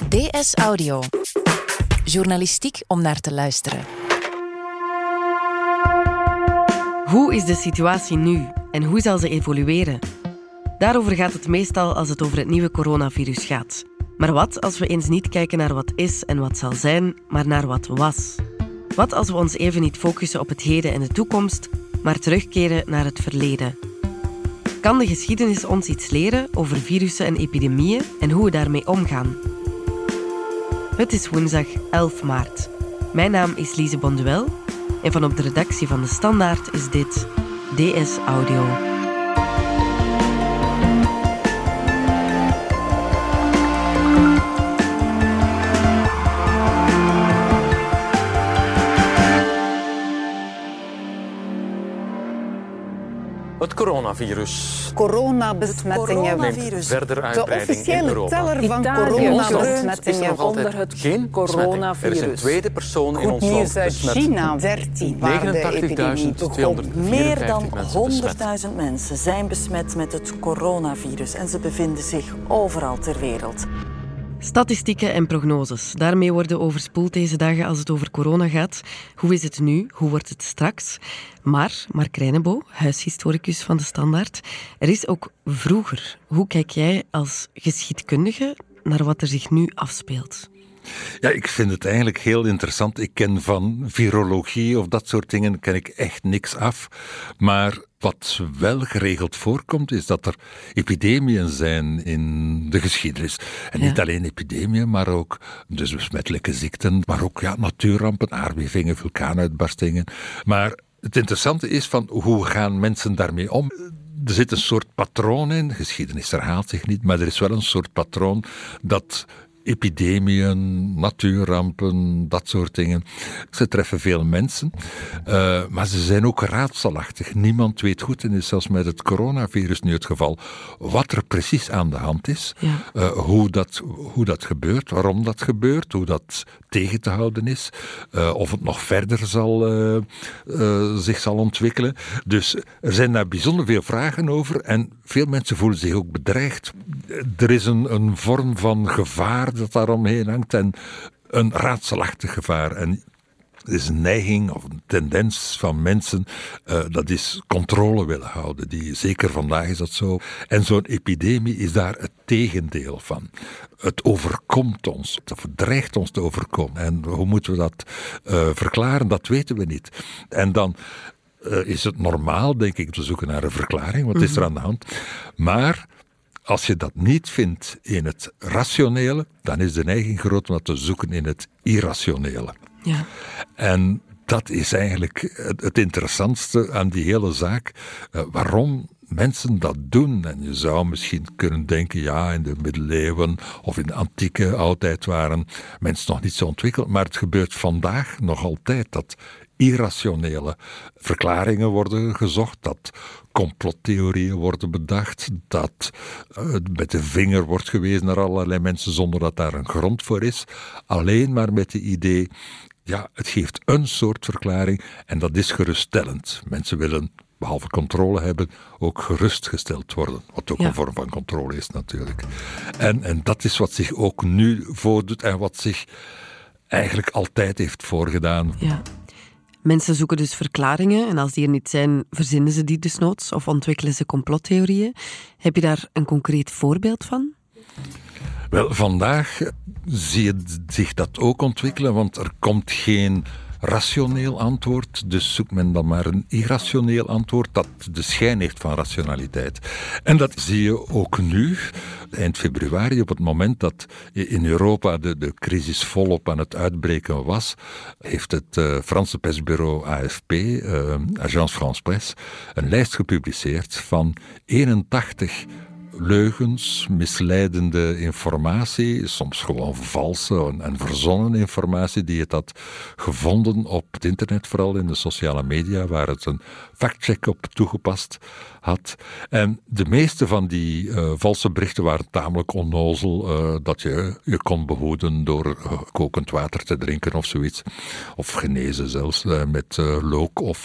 DS Audio. Journalistiek om naar te luisteren. Hoe is de situatie nu en hoe zal ze evolueren? Daarover gaat het meestal als het over het nieuwe coronavirus gaat. Maar wat als we eens niet kijken naar wat is en wat zal zijn, maar naar wat was? Wat als we ons even niet focussen op het heden en de toekomst, maar terugkeren naar het verleden? Kan de geschiedenis ons iets leren over virussen en epidemieën en hoe we daarmee omgaan? Het is woensdag 11 maart. Mijn naam is Lise Bonduel en van op de redactie van De Standaard is dit DS Audio. Het coronavirus. Coronabesmettingen. Neemt verder uitbreiding De officiële in Europa. teller van Is coronabesmettingen er nog altijd onder het geen coronavirus. Er is een tweede persoon in ons land nieuws uit besmet. China 13, waar de epidemie begon. 89.254 Meer dan mensen besmet. 100.000 mensen zijn besmet met het coronavirus en ze bevinden zich overal ter wereld. Statistieken en prognoses. Daarmee worden overspoeld deze dagen als het over corona gaat. Hoe is het nu? Hoe wordt het straks? Maar, Mark Reinebo, huishistoricus van De Standaard, er is ook vroeger. Hoe kijk jij als geschiedkundige naar wat er zich nu afspeelt? Ja, ik vind het eigenlijk heel interessant. Ik ken van virologie of dat soort dingen ken ik echt niks af. Maar wat wel geregeld voorkomt, is dat er epidemieën zijn in de geschiedenis. En niet alleen epidemieën, maar ook dus besmettelijke ziekten, maar ook natuurrampen, aardbevingen, vulkaanuitbarstingen. Maar het interessante is van hoe gaan mensen daarmee om? Er zit een soort patroon in, geschiedenis herhaalt zich niet, maar er is wel een soort patroon dat epidemieën, natuurrampen, dat soort dingen. Ze treffen veel mensen, maar ze zijn ook raadselachtig. Niemand weet goed, en is zelfs met het coronavirus nu het geval, wat er precies aan de hand is, hoe dat gebeurt, waarom dat gebeurt, hoe dat tegen te houden is, of het nog verder zich zal ontwikkelen. Dus er zijn daar bijzonder veel vragen over en veel mensen voelen zich ook bedreigd. Er is een vorm van gevaar dat daaromheen hangt en een raadselachtig gevaar. En er is een neiging of een tendens van mensen, dat is controle willen houden. Zeker vandaag is dat zo. En zo'n epidemie is daar het tegendeel van. Het overkomt ons, het dreigt ons te overkomen. En hoe moeten we dat verklaren? Dat weten we niet. En dan is het normaal, denk ik, te zoeken naar een verklaring. Wat is er aan de hand? Maar als je dat niet vindt in het rationele, dan is de neiging groot om dat te zoeken in het irrationele. Ja. En dat is eigenlijk het interessantste aan die hele zaak. Waarom mensen dat doen. En je zou misschien kunnen denken, in de middeleeuwen of in de antieke oudheid waren mensen nog niet zo ontwikkeld. Maar het gebeurt vandaag nog altijd dat irrationele verklaringen worden gezocht, dat complottheorieën worden bedacht, dat met de vinger wordt gewezen naar allerlei mensen zonder dat daar een grond voor is. Alleen maar met het idee, het geeft een soort verklaring en dat is geruststellend. Mensen willen, behalve controle hebben, ook gerustgesteld worden. Wat ook een vorm van controle is natuurlijk. En dat is wat zich ook nu voordoet en wat zich eigenlijk altijd heeft voorgedaan. Ja. Mensen zoeken dus verklaringen en als die er niet zijn, verzinnen ze die desnoods of ontwikkelen ze complottheorieën. Heb je daar een concreet voorbeeld van? Wel, vandaag zie je zich dat ook ontwikkelen, want er komt geen rationeel antwoord, dus zoekt men dan maar een irrationeel antwoord dat de schijn heeft van rationaliteit. En dat zie je ook nu, eind februari, op het moment dat in Europa de crisis volop aan het uitbreken was, heeft het Franse persbureau AFP, Agence France Presse, een lijst gepubliceerd van 81 leugens, misleidende informatie, soms gewoon valse en verzonnen informatie die het had gevonden op het internet, vooral in de sociale media, waar het een factcheck op toegepast had. En de meeste van die valse berichten waren tamelijk onnozel, dat je kon behoeden door kokend water te drinken of zoiets, of genezen zelfs met look of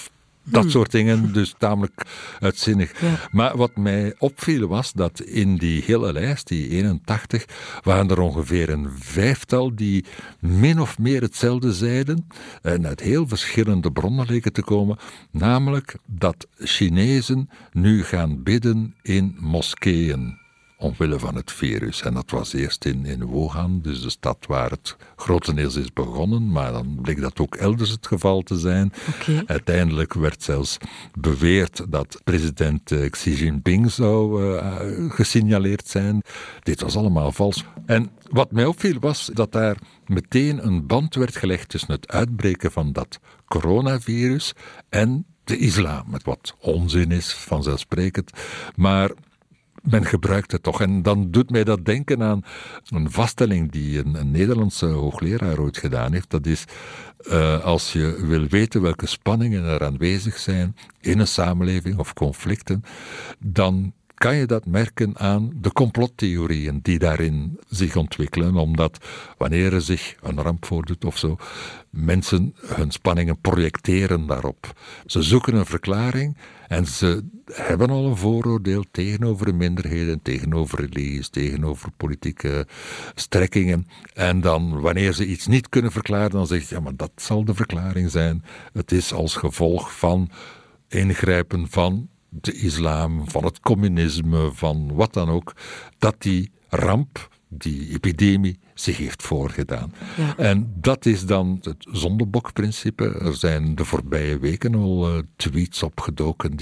Dat soort dingen, dus tamelijk uitzinnig. Ja. Maar wat mij opviel was dat in die hele lijst, die 81, waren er ongeveer een 5-tal die min of meer hetzelfde zeiden en uit heel verschillende bronnen leken te komen, namelijk dat Chinezen nu gaan bidden in moskeeën omwille van het virus. En dat was eerst in Wuhan, dus de stad waar het grotendeels is begonnen, maar dan bleek dat ook elders het geval te zijn. Okay. Uiteindelijk werd zelfs beweerd dat president Xi Jinping zou gesignaleerd zijn. Dit was allemaal vals. En wat mij opviel was dat daar meteen een band werd gelegd tussen het uitbreken van dat coronavirus en de islam. Wat onzin is, vanzelfsprekend, maar men gebruikt het toch. En dan doet mij dat denken aan een vaststelling die een Nederlandse hoogleraar ooit gedaan heeft. Dat is, als je wil weten welke spanningen er aanwezig zijn in een samenleving of conflicten, dan kan je dat merken aan de complottheorieën die daarin zich ontwikkelen, omdat wanneer er zich een ramp voordoet of zo, mensen hun spanningen projecteren daarop. Ze zoeken een verklaring en ze hebben al een vooroordeel tegenover minderheden, tegenover religies, tegenover politieke strekkingen. En dan, wanneer ze iets niet kunnen verklaren, dan zeg je, ja, maar dat zal de verklaring zijn. Het is als gevolg van ingrijpen van de islam, van het communisme, van wat dan ook, dat die ramp, die epidemie, zich heeft voorgedaan. Ja. En dat is dan het zondebokprincipe. Er zijn de voorbije weken al tweets opgedoken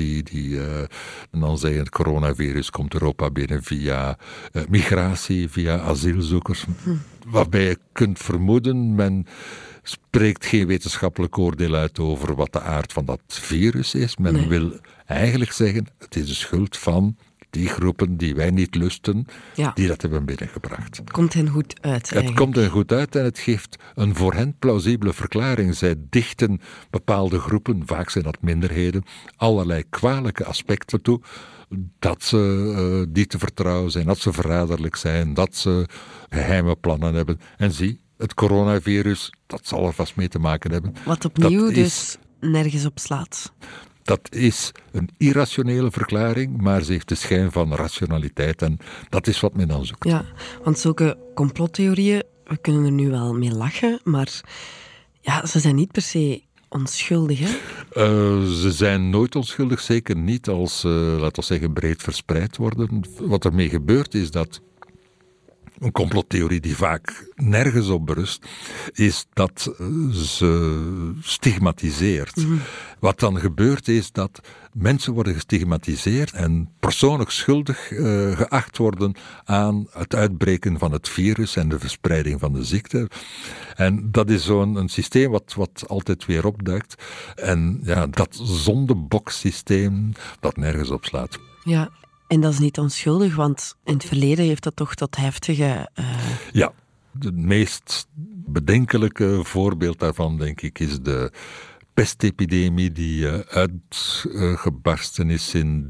en dan zeggen het coronavirus komt Europa binnen via migratie, via asielzoekers. Waarbij je kunt vermoeden, men spreekt geen wetenschappelijk oordeel uit over wat de aard van dat virus is. Men wil eigenlijk zeggen, het is de schuld van die groepen die wij niet lusten, die dat hebben binnengebracht. Het komt hen goed uit eigenlijk. Het komt hen goed uit en het geeft een voor hen plausibele verklaring. Zij dichten bepaalde groepen, vaak zijn dat minderheden, allerlei kwalijke aspecten toe. Dat ze niet te vertrouwen zijn, dat ze verraderlijk zijn, dat ze geheime plannen hebben. En zie, het coronavirus, dat zal er vast mee te maken hebben. Wat opnieuw dus nergens op slaat. Dat is een irrationele verklaring, maar ze heeft de schijn van rationaliteit en dat is wat men dan zoekt. Ja, want zulke complottheorieën, we kunnen er nu wel mee lachen, maar ja, ze zijn niet per se onschuldig, hè? Ze zijn nooit onschuldig, zeker niet als, laten we zeggen, breed verspreid worden. Wat ermee gebeurt is dat een complottheorie die vaak nergens op berust, is dat ze stigmatiseert. Mm-hmm. Wat dan gebeurt is dat mensen worden gestigmatiseerd en persoonlijk schuldig geacht worden aan het uitbreken van het virus en de verspreiding van de ziekte. En dat is zo'n systeem wat altijd weer opduikt. En ja, dat zondeboksysteem dat nergens op slaat. Ja. En dat is niet onschuldig, want in het verleden heeft dat toch tot heftige... Ja, het meest bedenkelijke voorbeeld daarvan, denk ik, is de pestepidemie die uitgebarsten is in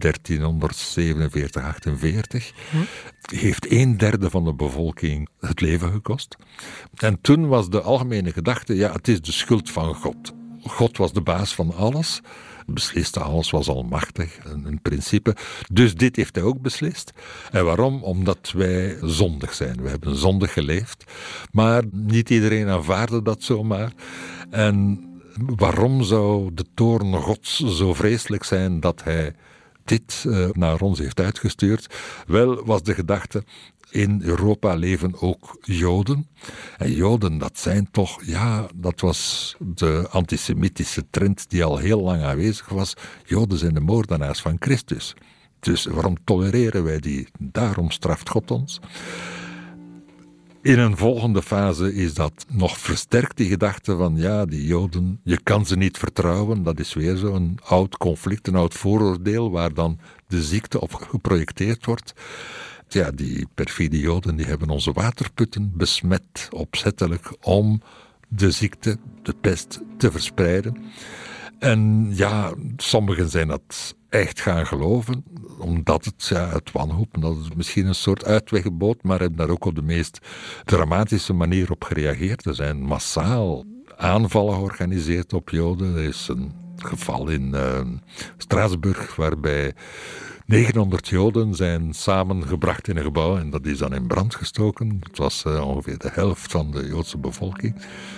1347-48. Heeft 1/3 van de bevolking het leven gekost. En toen was de algemene gedachte, ja, het is de schuld van God. God was de baas van alles. Besliste alles, was almachtig, een principe. Dus dit heeft hij ook beslist. En waarom? Omdat wij zondig zijn. We hebben zondig geleefd. Maar niet iedereen aanvaarde dat zomaar. En waarom zou de toorn Gods zo vreselijk zijn dat hij dit naar ons heeft uitgestuurd? Wel was de gedachte, in Europa leven ook Joden. En Joden, dat zijn toch, ja, dat was de antisemitische trend die al heel lang aanwezig was. Joden zijn de moordenaars van Christus. Dus waarom tolereren wij die? Daarom straft God ons. In een volgende fase is dat nog versterkt, die gedachte van, ja, die Joden, je kan ze niet vertrouwen. Dat is weer zo'n oud conflict, een oud vooroordeel, waar dan de ziekte op geprojecteerd wordt. Ja, die perfide Joden die hebben onze waterputten besmet, opzettelijk, om de ziekte, de pest, te verspreiden. En ja, sommigen zijn dat echt gaan geloven, omdat het wanhoop, dat het misschien een soort uitweg bood, maar hebben daar ook op de meest dramatische manier op gereageerd. Er zijn massaal aanvallen georganiseerd op Joden. Er is een geval in Straatsburg, waarbij 900 Joden zijn samengebracht in een gebouw en dat is dan in brand gestoken. Het was ongeveer de helft van de Joodse bevolking.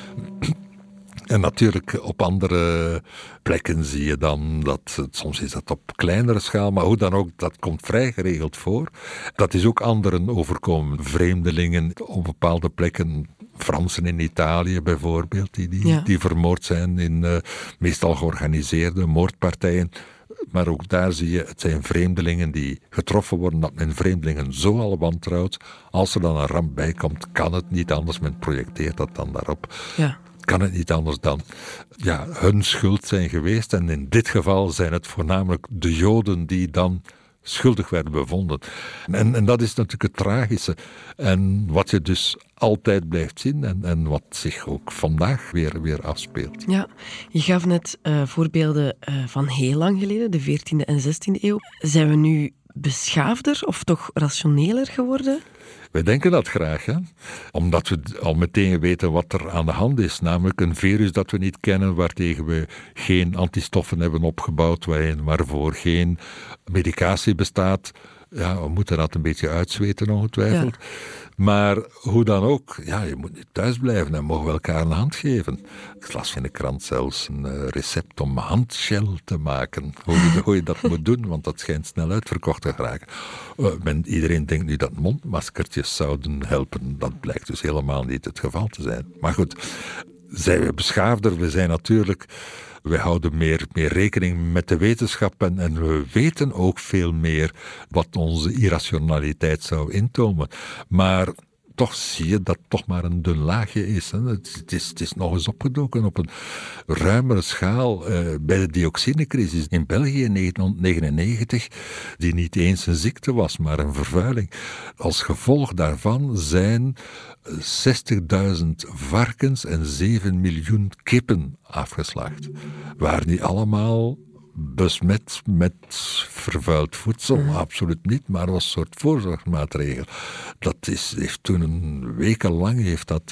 En natuurlijk op andere plekken zie je dan dat, soms is dat op kleinere schaal, maar hoe dan ook, dat komt vrij geregeld voor. Dat is ook anderen overkomen, vreemdelingen op bepaalde plekken, Fransen in Italië bijvoorbeeld, die vermoord zijn in meestal georganiseerde moordpartijen. Maar ook daar zie je, het zijn vreemdelingen die getroffen worden, dat men vreemdelingen zo al wantrouwt. Als er dan een ramp bij komt, kan het niet anders, men projecteert dat dan daarop. Ja. Kan het niet anders dan hun schuld zijn geweest. En in dit geval zijn het voornamelijk de Joden die dan schuldig werden bevonden. En dat is natuurlijk het tragische. En wat je dus altijd blijft zien en wat zich ook vandaag weer afspeelt. Ja, je gaf net voorbeelden van heel lang geleden, de 14e en 16e eeuw. Zijn we nu beschaafder of toch rationeler geworden? Wij denken dat graag, hè? Omdat we al meteen weten wat er aan de hand is. Namelijk een virus dat we niet kennen, waartegen we geen antistoffen hebben opgebouwd, waarvoor geen medicatie bestaat. Ja, we moeten dat een beetje uitzweten ongetwijfeld. Ja. Maar hoe dan ook, je moet niet thuis blijven en mogen we elkaar een hand geven. Ik las in de krant zelfs een recept om handgel te maken. Hoe je dat moet doen, want dat schijnt snel uitverkocht te geraken. Iedereen denkt nu dat mondmaskertjes zouden helpen. Dat blijkt dus helemaal niet het geval te zijn. Maar goed, zijn we beschaafder? We zijn natuurlijk... Wij houden meer rekening met de wetenschap en we weten ook veel meer wat onze irrationaliteit zou intomen. Maar toch zie je dat het toch maar een dun laagje is. Hè. Het is nog eens opgedoken op een ruimere schaal bij de dioxinecrisis in België in 1999, die niet eens een ziekte was, maar een vervuiling. Als gevolg daarvan zijn 60.000 varkens en 7 miljoen kippen afgeslacht. Waren die allemaal besmet met vervuild voedsel? Absoluut niet, maar was een soort voorzorgsmaatregel. Heeft toen wekenlang heeft dat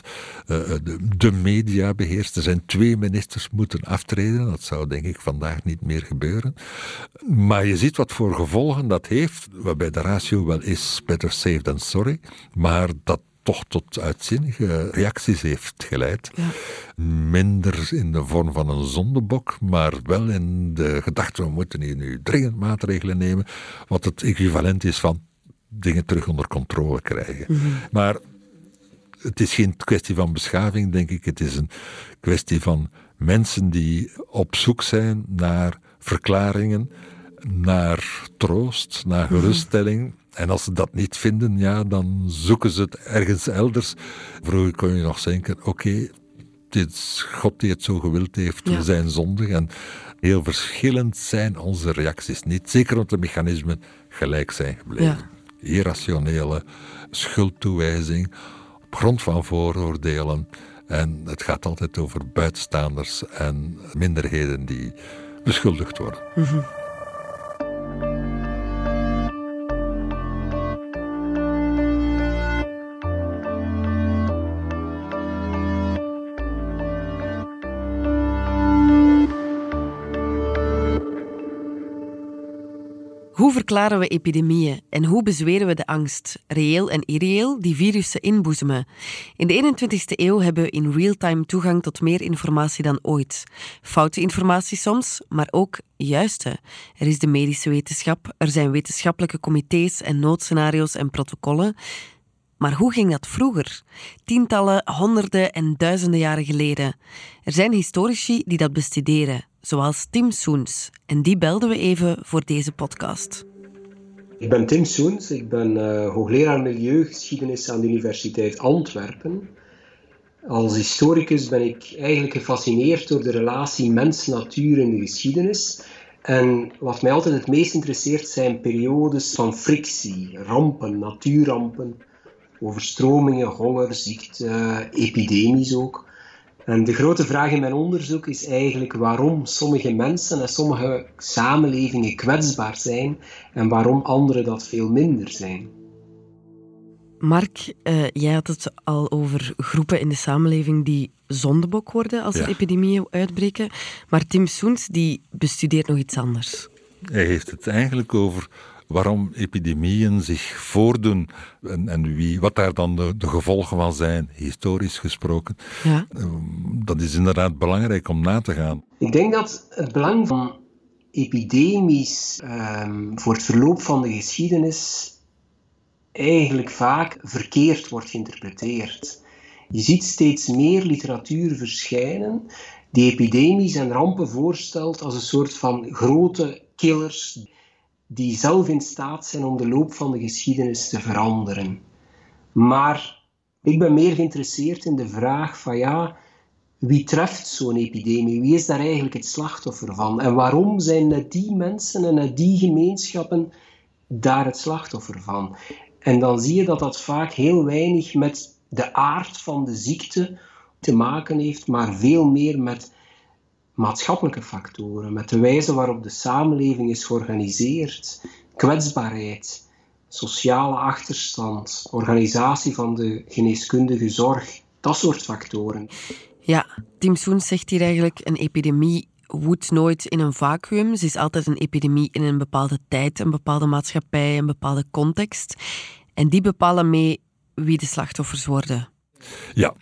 de media beheerst. Er zijn 2 ministers moeten aftreden. Dat zou denk ik vandaag niet meer gebeuren. Maar je ziet wat voor gevolgen dat heeft, waarbij de ratio wel is better safe than sorry, maar dat toch tot uitzinnige reacties heeft geleid. Ja. Minder in de vorm van een zondebok, maar wel in de gedachte, we moeten hier nu dringend maatregelen nemen, wat het equivalent is van dingen terug onder controle krijgen. Mm-hmm. Maar het is geen kwestie van beschaving, denk ik. Het is een kwestie van mensen die op zoek zijn naar verklaringen, naar troost, naar geruststelling. En als ze dat niet vinden, dan zoeken ze het ergens elders. Vroeger kon je nog denken, oké, dit is God die het zo gewild heeft, we zijn zondig. En heel verschillend zijn onze reacties niet. Zeker omdat de mechanismen gelijk zijn gebleven. Ja. Irrationele schuldtoewijzing op grond van vooroordelen. En het gaat altijd over buitenstaanders en minderheden die beschuldigd worden. Mm-hmm. Hoe verklaren we epidemieën en hoe bezweren we de angst, reëel en irreëel, die virussen inboezemen? In de 21ste eeuw hebben we in real-time toegang tot meer informatie dan ooit. Foute informatie soms, maar ook juiste. Er is de medische wetenschap, er zijn wetenschappelijke comité's en noodscenario's en protocollen. Maar hoe ging dat vroeger? Tientallen, honderden en duizenden jaren geleden. Er zijn historici die dat bestuderen, zoals Tim Soens. En die belden we even voor deze podcast. Ik ben Tim Soens, ik ben hoogleraar milieugeschiedenis aan de Universiteit Antwerpen. Als historicus ben ik eigenlijk gefascineerd door de relatie mens-natuur in de geschiedenis. En wat mij altijd het meest interesseert zijn periodes van frictie, rampen, natuurrampen, overstromingen, honger, ziekte, epidemies ook. En de grote vraag in mijn onderzoek is eigenlijk waarom sommige mensen en sommige samenlevingen kwetsbaar zijn en waarom andere dat veel minder zijn. Mark, jij had het al over groepen in de samenleving die zondebok worden als er epidemieën uitbreken. Maar Tim Soens die bestudeert nog iets anders. Hij heeft het eigenlijk over waarom epidemieën zich voordoen en wat daar dan de gevolgen van zijn, historisch gesproken. Ja. Dat is inderdaad belangrijk om na te gaan. Ik denk dat het belang van epidemies voor het verloop van de geschiedenis eigenlijk vaak verkeerd wordt geïnterpreteerd. Je ziet steeds meer literatuur verschijnen die epidemies en rampen voorstelt als een soort van grote killers die zelf in staat zijn om de loop van de geschiedenis te veranderen. Maar ik ben meer geïnteresseerd in de vraag van wie treft zo'n epidemie? Wie is daar eigenlijk het slachtoffer van? En waarom zijn net die mensen en net die gemeenschappen daar het slachtoffer van? En dan zie je dat dat vaak heel weinig met de aard van de ziekte te maken heeft, maar veel meer met maatschappelijke factoren, met de wijze waarop de samenleving is georganiseerd, kwetsbaarheid, sociale achterstand, organisatie van de geneeskundige zorg, dat soort factoren. Ja, Tim Soens zegt hier eigenlijk, een epidemie woedt nooit in een vacuüm. Ze is altijd een epidemie in een bepaalde tijd, een bepaalde maatschappij, een bepaalde context. En die bepalen mee wie de slachtoffers worden. Ja,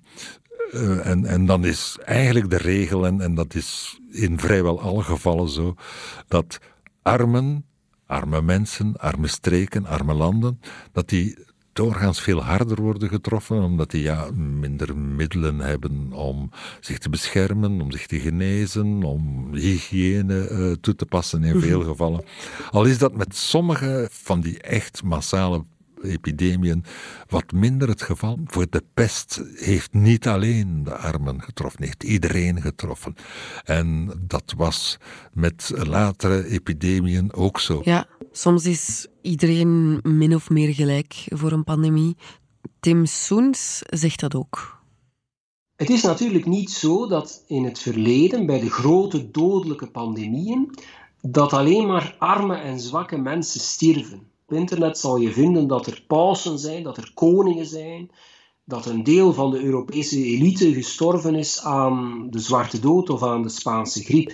en dan is eigenlijk de regel, en dat is in vrijwel alle gevallen zo, dat arme mensen, arme streken, arme landen, dat die doorgaans veel harder worden getroffen, omdat die minder middelen hebben om zich te beschermen, om zich te genezen, om hygiëne toe te passen in veel gevallen. Al is dat met sommige van die echt massale epidemieën wat minder het geval. Voor de pest heeft niet alleen de armen getroffen, heeft iedereen getroffen. En dat was met latere epidemieën ook zo. Ja, soms is iedereen min of meer gelijk voor een pandemie. Tim Soens zegt dat ook. Het is natuurlijk niet zo dat in het verleden, bij de grote dodelijke pandemieën, dat alleen maar arme en zwakke mensen stierven. Op internet zal je vinden dat er pausen zijn, dat er koningen zijn, dat een deel van de Europese elite gestorven is aan de Zwarte Dood of aan de Spaanse griep.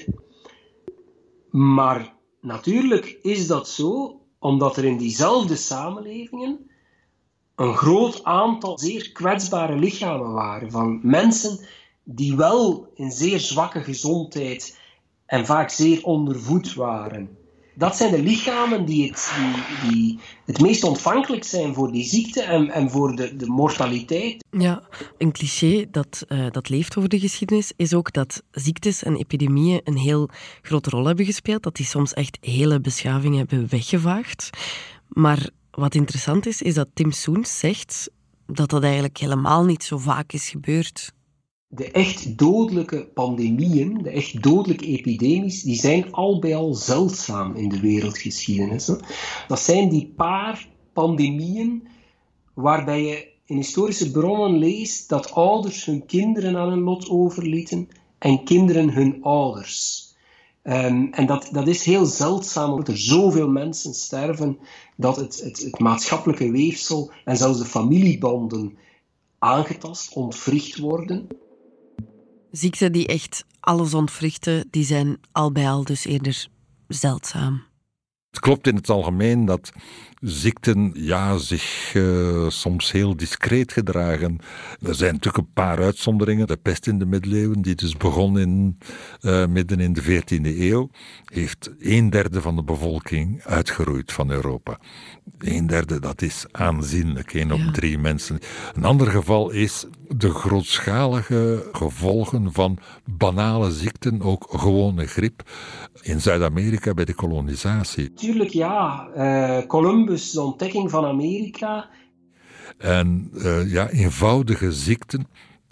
Maar natuurlijk is dat zo, omdat er in diezelfde samenlevingen een groot aantal zeer kwetsbare lichamen waren, van mensen die wel in zeer zwakke gezondheid en vaak zeer ondervoed waren. Dat zijn de lichamen die het meest ontvankelijk zijn voor die ziekte en voor de mortaliteit. Ja, een cliché dat leeft over de geschiedenis is ook dat ziektes en epidemieën een heel grote rol hebben gespeeld, dat die soms echt hele beschavingen hebben weggevaagd. Maar wat interessant is dat Tim Soens zegt dat dat eigenlijk helemaal niet zo vaak is gebeurd. De echt dodelijke pandemieën, de echt dodelijke epidemies, die zijn al bij al zeldzaam in de wereldgeschiedenis. Dat zijn die paar pandemieën waarbij je in historische bronnen leest dat ouders hun kinderen aan hun lot overlieten en kinderen hun ouders. En dat is heel zeldzaam, omdat er zoveel mensen sterven dat het maatschappelijke weefsel en zelfs de familiebanden aangetast, ontwricht worden. Ziekten die echt alles ontwrichten, die zijn al bij al dus eerder zeldzaam. Het klopt in het algemeen dat ziekten zich soms heel discreet gedragen. Er zijn natuurlijk een paar uitzonderingen. De pest in de middeleeuwen, die dus begon midden in de 14e eeuw, heeft 1/3 van de bevolking uitgeroeid van Europa. 1/3, dat is aanzienlijk, 1 op 3 mensen. Een ander geval is de grootschalige gevolgen van banale ziekten, ook gewone griep, in Zuid-Amerika bij de kolonisatie. Tuurlijk, Columbus, de ontdekking van Amerika. En eenvoudige ziekten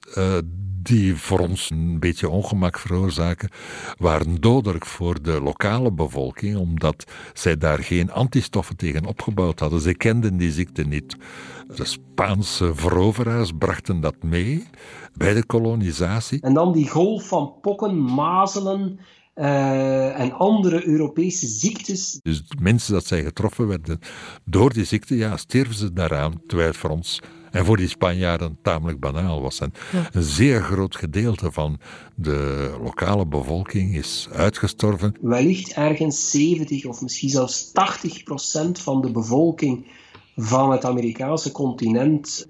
die voor ons een beetje ongemak veroorzaken, waren dodelijk voor de lokale bevolking, omdat zij daar geen antistoffen tegen opgebouwd hadden. Zij kenden die ziekte niet. De Spaanse veroveraars brachten dat mee bij de kolonisatie. En dan die golf van pokken, mazelen, en andere Europese ziektes. Dus de mensen dat zij getroffen werden door die ziekte, sterven ze daaraan, terwijl het voor ons en voor die Spanjaarden tamelijk banaal was. En een zeer groot gedeelte van de lokale bevolking is uitgestorven. Wellicht ergens 70 of misschien zelfs 80% van de bevolking van het Amerikaanse continent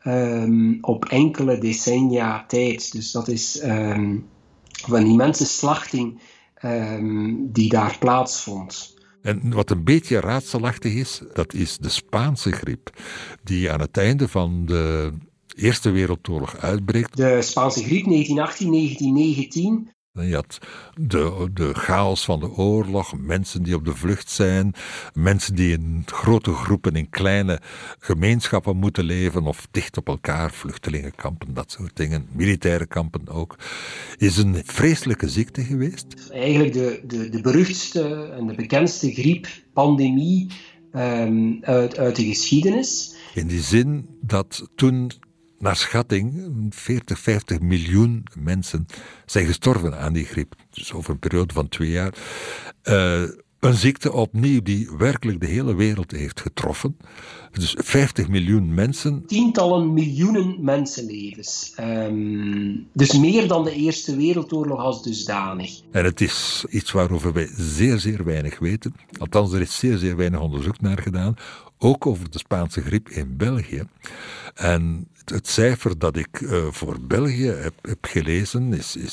op enkele decennia tijd. Dus dat is van die mensenslachting die daar plaatsvond. En wat een beetje raadselachtig is, dat is de Spaanse griep, die aan het einde van de Eerste Wereldoorlog uitbreekt. De Spaanse griep 1918-1919. Je had de chaos van de oorlog, mensen die op de vlucht zijn, mensen die in grote groepen in kleine gemeenschappen moeten leven of dicht op elkaar, vluchtelingenkampen, dat soort dingen, militaire kampen ook. Is een vreselijke ziekte geweest. Eigenlijk de beruchtste en de bekendste grieppandemie uit de geschiedenis. In die zin dat toen, naar schatting, 40, 50 miljoen mensen zijn gestorven aan die griep. Dus over een periode van 2 jaar. Een ziekte opnieuw die werkelijk de hele wereld heeft getroffen. Dus 50 miljoen mensen. Tientallen miljoenen mensenlevens. Dus meer dan de Eerste Wereldoorlog als dusdanig. En het is iets waarover wij zeer, zeer weinig weten. Althans, er is zeer, zeer weinig onderzoek naar gedaan. Ook over de Spaanse griep in België. En het cijfer dat ik voor België heb gelezen,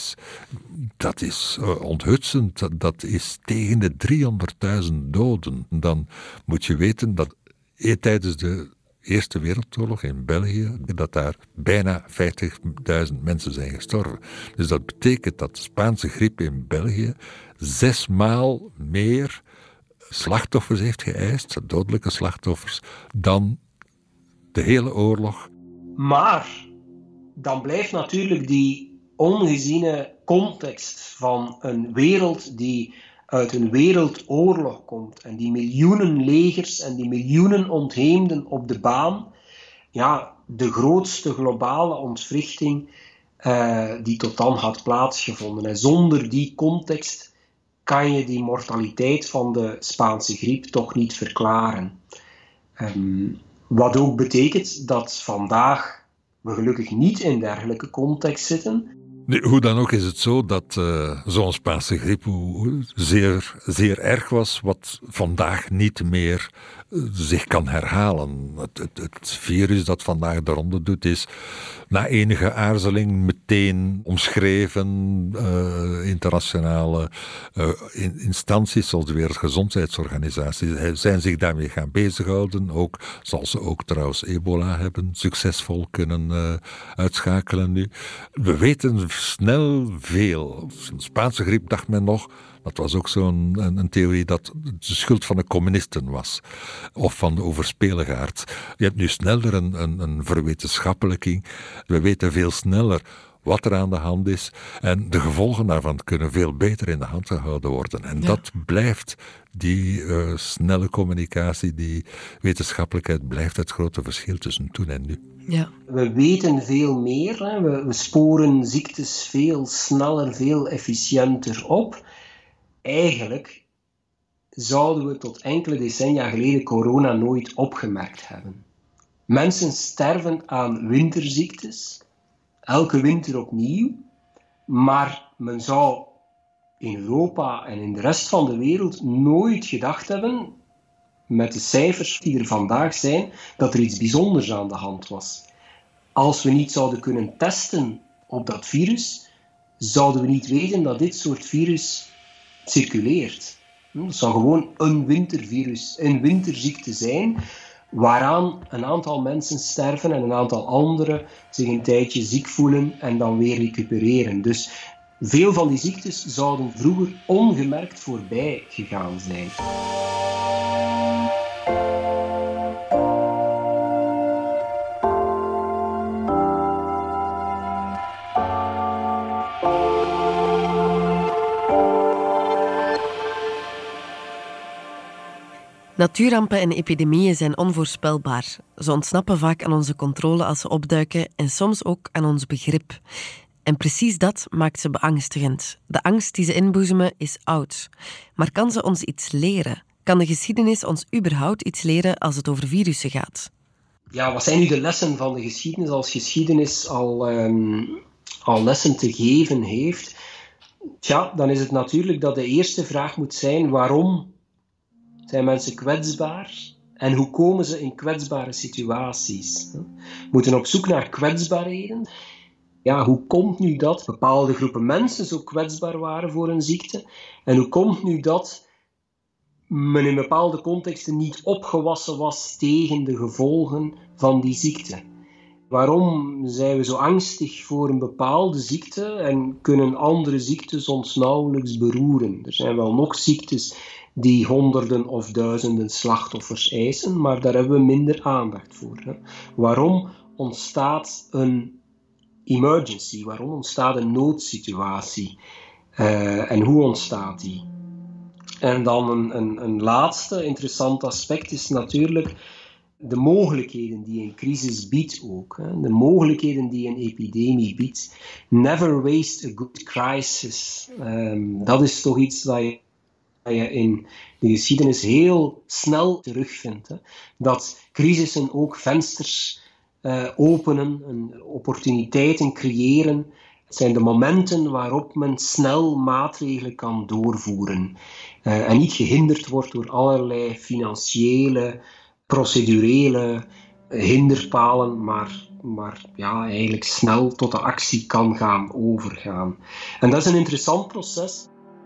dat is onthutsend. Dat is tegen de 300.000 doden. Dan moet je weten dat tijdens de Eerste Wereldoorlog in België, dat daar bijna 50.000 mensen zijn gestorven. Dus dat betekent dat de Spaanse griep in België 6 maal meer slachtoffers heeft geëist, dodelijke slachtoffers, dan de hele oorlog. Maar dan blijft natuurlijk die ongeziene context van een wereld die uit een wereldoorlog komt en die miljoenen legers en die miljoenen ontheemden op de baan, de grootste globale ontwrichting die tot dan had plaatsgevonden. En zonder die context kan je die mortaliteit van de Spaanse griep toch niet verklaren. Wat ook betekent dat vandaag we gelukkig niet in dergelijke context zitten. Nee, hoe dan ook is het zo dat zo'n Spaanse griep zeer, zeer erg was, wat vandaag niet meer zich kan herhalen. Het virus dat vandaag de ronde doet is na enige aarzeling meteen omschreven. Internationale instanties zoals de Wereldgezondheidsorganisatie zijn zich daarmee gaan bezighouden. Ook, zoals ze ook trouwens ebola hebben succesvol kunnen uitschakelen nu. We weten snel veel. De Spaanse griep dacht men nog, dat was ook zo'n theorie, dat het de schuld van de communisten was. Of van de overspeligaard. Je hebt nu sneller een verwetenschappelijking. We weten veel sneller wat er aan de hand is. En de gevolgen daarvan kunnen veel beter in de hand gehouden worden. En dat blijft, die snelle communicatie, die wetenschappelijkheid, blijft het grote verschil tussen toen en nu. Ja. We weten veel meer. Hè. We sporen ziektes veel sneller, veel efficiënter op. Eigenlijk zouden we tot enkele decennia geleden corona nooit opgemerkt hebben. Mensen sterven aan winterziektes, elke winter opnieuw, maar men zou in Europa en in de rest van de wereld nooit gedacht hebben, met de cijfers die er vandaag zijn, dat er iets bijzonders aan de hand was. Als we niet zouden kunnen testen op dat virus, zouden we niet weten dat dit soort virus circuleert. Het zou gewoon een wintervirus, een winterziekte zijn, waaraan een aantal mensen sterven en een aantal anderen zich een tijdje ziek voelen en dan weer recupereren. Dus veel van die ziektes zouden vroeger ongemerkt voorbij gegaan zijn. Natuurrampen en epidemieën zijn onvoorspelbaar. Ze ontsnappen vaak aan onze controle als ze opduiken en soms ook aan ons begrip. En precies dat maakt ze beangstigend. De angst die ze inboezemen is oud. Maar kan ze ons iets leren? Kan de geschiedenis ons überhaupt iets leren als het over virussen gaat? Ja, wat zijn nu de lessen van de geschiedenis als geschiedenis al lessen te geven heeft? Tja, dan is het natuurlijk dat de eerste vraag moet zijn: waarom zijn mensen kwetsbaar? En hoe komen ze in kwetsbare situaties? We moeten op zoek naar kwetsbaarheden. Ja, hoe komt nu dat bepaalde groepen mensen zo kwetsbaar waren voor een ziekte? En hoe komt nu dat men in bepaalde contexten niet opgewassen was tegen de gevolgen van die ziekte? Waarom zijn we zo angstig voor een bepaalde ziekte en kunnen andere ziektes ons nauwelijks beroeren? Er zijn wel nog ziektes die honderden of duizenden slachtoffers eisen, maar daar hebben we minder aandacht voor. Hè. Waarom ontstaat een emergency? Waarom ontstaat een noodsituatie? En hoe ontstaat die? En dan een laatste interessant aspect is natuurlijk de mogelijkheden die een crisis biedt ook. Hè. De mogelijkheden die een epidemie biedt. Never waste a good crisis. Dat is toch iets dat je in de geschiedenis heel snel terugvindt. Hè. Dat crisissen ook vensters openen, opportuniteiten creëren. Het zijn de momenten waarop men snel maatregelen kan doorvoeren. En niet gehinderd wordt door allerlei financiële, procedurele hinderpalen, maar ja, eigenlijk snel tot de actie kan gaan overgaan. En dat is een interessant proces.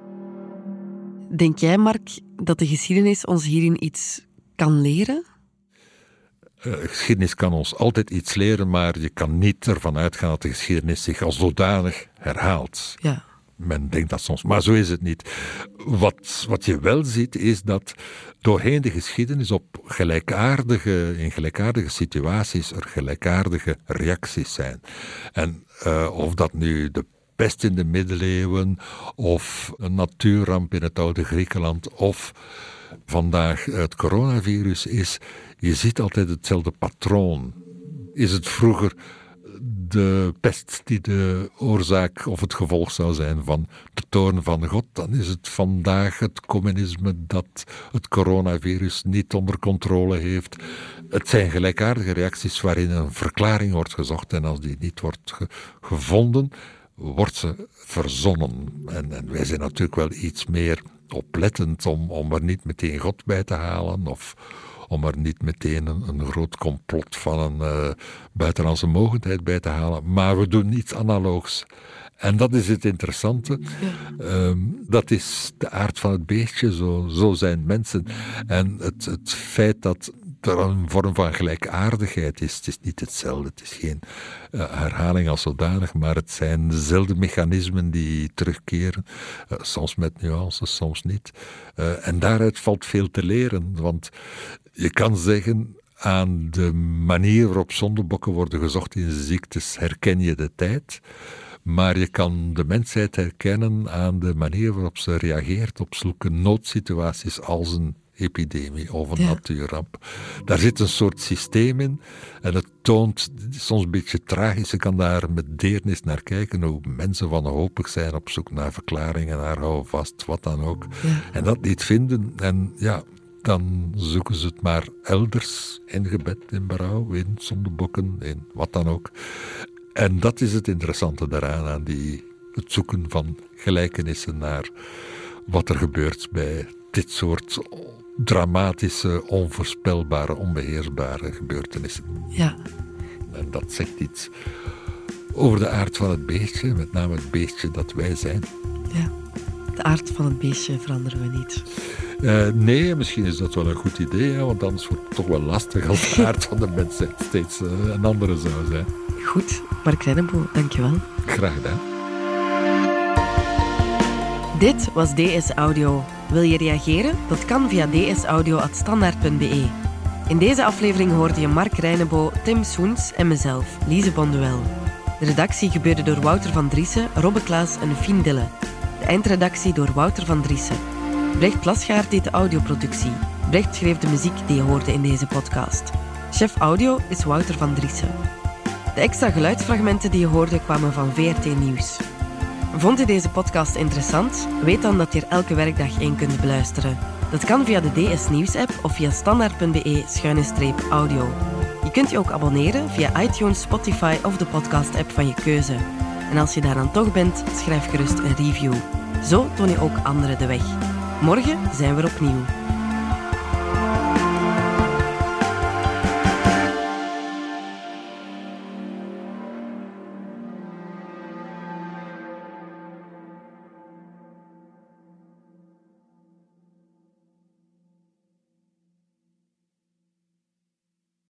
Denk jij, Mark, dat de geschiedenis ons hierin iets kan leren? Geschiedenis kan ons altijd iets leren, maar je kan niet ervan uitgaan dat de geschiedenis zich als zodanig herhaalt. Ja. Men denkt dat soms, maar zo is het niet. Wat je wel ziet, is dat doorheen de geschiedenis in gelijkaardige situaties er gelijkaardige reacties zijn. En of dat nu de pest in de middeleeuwen, of een natuurramp in het oude Griekenland, of vandaag het coronavirus is, je ziet altijd hetzelfde patroon. Is het vroeger de pest die de oorzaak of het gevolg zou zijn van de toorn van God, dan is het vandaag het communisme dat het coronavirus niet onder controle heeft. Het zijn gelijkaardige reacties waarin een verklaring wordt gezocht en als die niet wordt gevonden, wordt ze verzonnen. En wij zijn natuurlijk wel iets meer oplettend om er niet meteen God bij te halen of om er niet meteen een groot complot van een buitenlandse mogendheid bij te halen. Maar we doen iets analoogs. En dat is het interessante. Dat is de aard van het beestje. Zo zijn mensen. En het feit dat er een vorm van gelijkaardigheid is. Het is niet hetzelfde. Het is geen herhaling als zodanig. Maar het zijn dezelfde mechanismen die terugkeren. Soms met nuances, soms niet. En daaruit valt veel te leren. Want je kan zeggen, aan de manier waarop zondebokken worden gezocht in ziektes herken je de tijd. Maar je kan de mensheid herkennen aan de manier waarop ze reageert op zulke noodsituaties als een epidemie of een natuurramp. Daar zit een soort systeem in en het toont soms een beetje tragisch. Je kan daar met deernis naar kijken hoe mensen wanhopig zijn op zoek naar verklaringen, naar hou vast, wat dan ook. Ja. En dat niet vinden en ja, dan zoeken ze het maar elders, in gebed, in berouw, in zondebokken, in wat dan ook. En dat is het interessante daaraan, aan het zoeken van gelijkenissen naar wat er gebeurt bij dit soort dramatische, onvoorspelbare, onbeheersbare gebeurtenissen. Ja. En dat zegt iets over de aard van het beestje, met name het beestje dat wij zijn. Ja, de aard van het beestje veranderen we niet. Nee, misschien is dat wel een goed idee, hè, want anders wordt het toch wel lastig als de aard van de mensheid steeds een andere zou zijn. Goed, Mark Reinebo, dankjewel. Graag gedaan. Dit was DS Audio. Wil je reageren? Dat kan via dsaudio@standaard.be. In deze aflevering hoorde je Mark Reinebo, Tim Soens en mezelf, Lise Bonduel. De redactie gebeurde door Wouter van Driessen, Robbe Klaas en Fien Dille. De eindredactie door Wouter van Driessen. Brecht Plasgaard deed de audioproductie. Brecht schreef de muziek die je hoorde in deze podcast. Chef audio is Wouter van Driessen. De extra geluidsfragmenten die je hoorde kwamen van VRT Nieuws. Vond je deze podcast interessant? Weet dan dat je er elke werkdag 1 kunt beluisteren. Dat kan via de DS Nieuws-app of via standaard.be/audio. Je kunt je ook abonneren via iTunes, Spotify of de podcast-app van je keuze. En als je daar dan toch bent, schrijf gerust een review. Zo toon je ook anderen de weg. Morgen zijn we er opnieuw.